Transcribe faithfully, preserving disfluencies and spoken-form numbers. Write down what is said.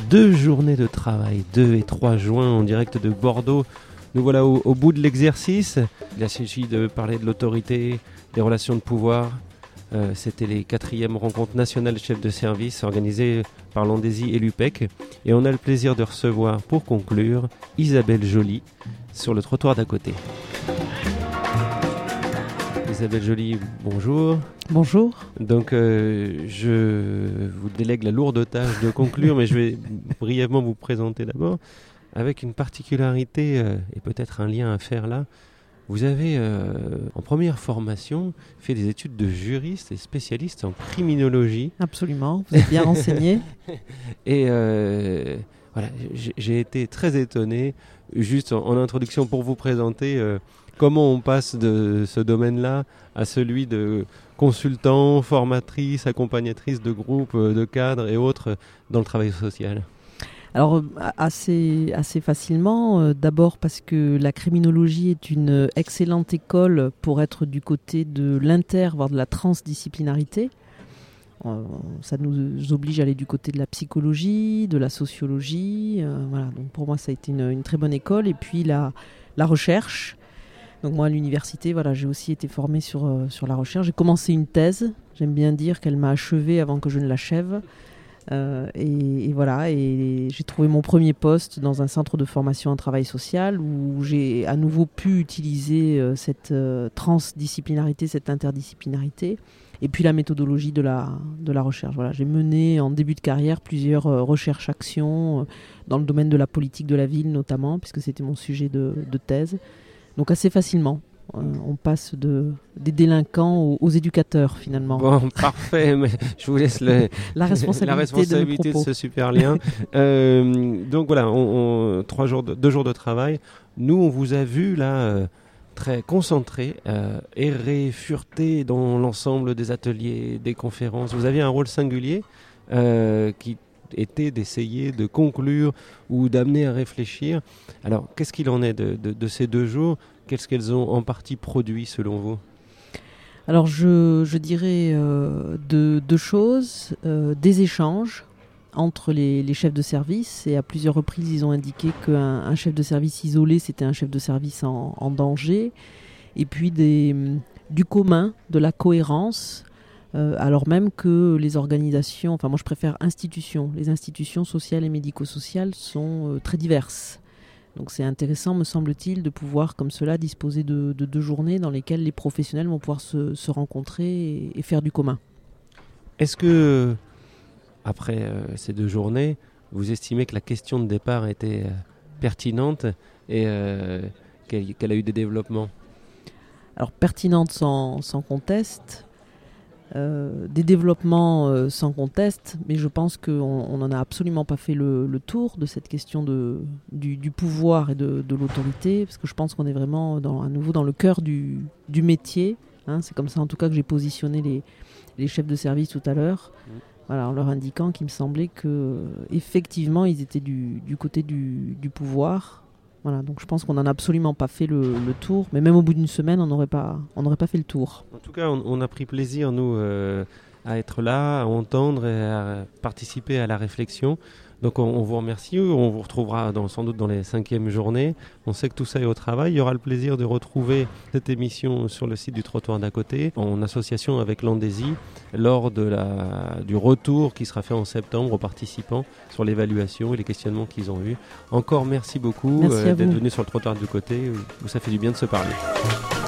deux journées de travail, deux et trois juin en direct de Bordeaux. Nous voilà au, au bout de l'exercice. Il a s'agit de parler de l'autorité, des relations de pouvoir. Euh, c'était les quatrièmes rencontres nationales de chefs de service organisées par l'Andésy et l'U P E C. Et on a le plaisir de recevoir, pour conclure, Isabelle Joly sur le trottoir d'à côté. Isabelle Joly, bonjour. Bonjour. Donc euh, je vous délègue la lourde tâche de conclure, mais je vais brièvement vous présenter d'abord, avec une particularité euh, et peut-être un lien à faire là. Vous avez, euh, en première formation, fait des études de juriste et spécialiste en criminologie. Absolument, vous êtes bien renseigné. Et euh, voilà, j'ai, j'ai été très étonné, juste en, en introduction pour vous présenter euh, comment on passe de ce domaine-là à celui de consultant, formatrice, accompagnatrice de groupes, de cadres et autres dans le travail social. Alors assez, assez facilement, euh, d'abord parce que la criminologie est une excellente école pour être du côté de l'inter, voire de la transdisciplinarité. Euh, ça nous oblige à aller du côté de la psychologie, de la sociologie. Euh, voilà. Donc pour moi, ça a été une, une très bonne école. Et puis la, la recherche. Donc moi, à l'université, voilà, j'ai aussi été formée sur, euh, sur la recherche. J'ai commencé une thèse. J'aime bien dire qu'elle m'a achevée avant que je ne l'achève. Euh, et, et voilà, et j'ai trouvé mon premier poste dans un centre de formation en travail social où j'ai à nouveau pu utiliser euh, cette euh, transdisciplinarité, cette interdisciplinarité, et puis la méthodologie de la, de la recherche. Voilà, j'ai mené en début de carrière plusieurs euh, recherches-actions euh, dans le domaine de la politique de la ville notamment, puisque c'était mon sujet de, de thèse, donc assez facilement. Euh, on passe de, des délinquants aux, aux éducateurs finalement. Bon, parfait, mais je vous laisse le, la responsabilité, la responsabilité de, de ce super lien. euh, donc voilà, on, on, trois jours de, deux jours de travail. Nous, on vous a vu là, euh, très concentré, euh, errer, fureter dans l'ensemble des ateliers, des conférences. Vous aviez un rôle singulier euh, qui était d'essayer de conclure ou d'amener à réfléchir. Alors, qu'est-ce qu'il en est de, de, de ces deux jours ? Qu'est-ce qu'elles ont en partie produit selon vous ? Alors je, je dirais euh, deux, deux choses, euh, des échanges entre les, les chefs de service, et à plusieurs reprises ils ont indiqué qu'un un chef de service isolé c'était un chef de service en, en danger, et puis des, du commun, de la cohérence, euh, alors même que les organisations, enfin moi je préfère institutions, les institutions sociales et médico-sociales sont euh, très diverses. Donc c'est intéressant, me semble-t-il, de pouvoir comme cela disposer de, de deux journées dans lesquelles les professionnels vont pouvoir se, se rencontrer et, et faire du commun. Est-ce que, après euh, ces deux journées, vous estimez que la question de départ était euh, pertinente et euh, qu'elle, qu'elle a eu des développements ? Alors pertinente sans, sans conteste, euh, des développements euh, sans conteste, mais je pense qu'on n'en a absolument pas fait le, le tour de cette question de, du, du pouvoir et de, de l'autorité, parce que je pense qu'on est vraiment dans, à nouveau dans le cœur du, du métier. Hein, c'est comme ça en tout cas que j'ai positionné les, les chefs de service tout à l'heure, mmh. voilà, en leur indiquant qu'il me semblait qu'effectivement ils étaient du, du côté du, du pouvoir. Voilà, donc je pense qu'on n'en a absolument pas fait le, le tour, mais même au bout d'une semaine, on n'aurait pas, on n'aurait pas fait le tour. En tout cas, on, on a pris plaisir, nous, euh, à être là, à entendre et à participer à la réflexion. Donc on, on vous remercie, on vous retrouvera dans, sans doute dans les cinquièmes journées. On sait que tout ça est au travail. Il y aura le plaisir de retrouver cette émission sur le site du Trottoir d'à côté, en association avec l'Andésy, lors de la, du retour qui sera fait en septembre aux participants sur l'évaluation et les questionnements qu'ils ont eus. Encore merci beaucoup merci euh, d'être venus sur le Trottoir d'à côté, où ça fait du bien de se parler.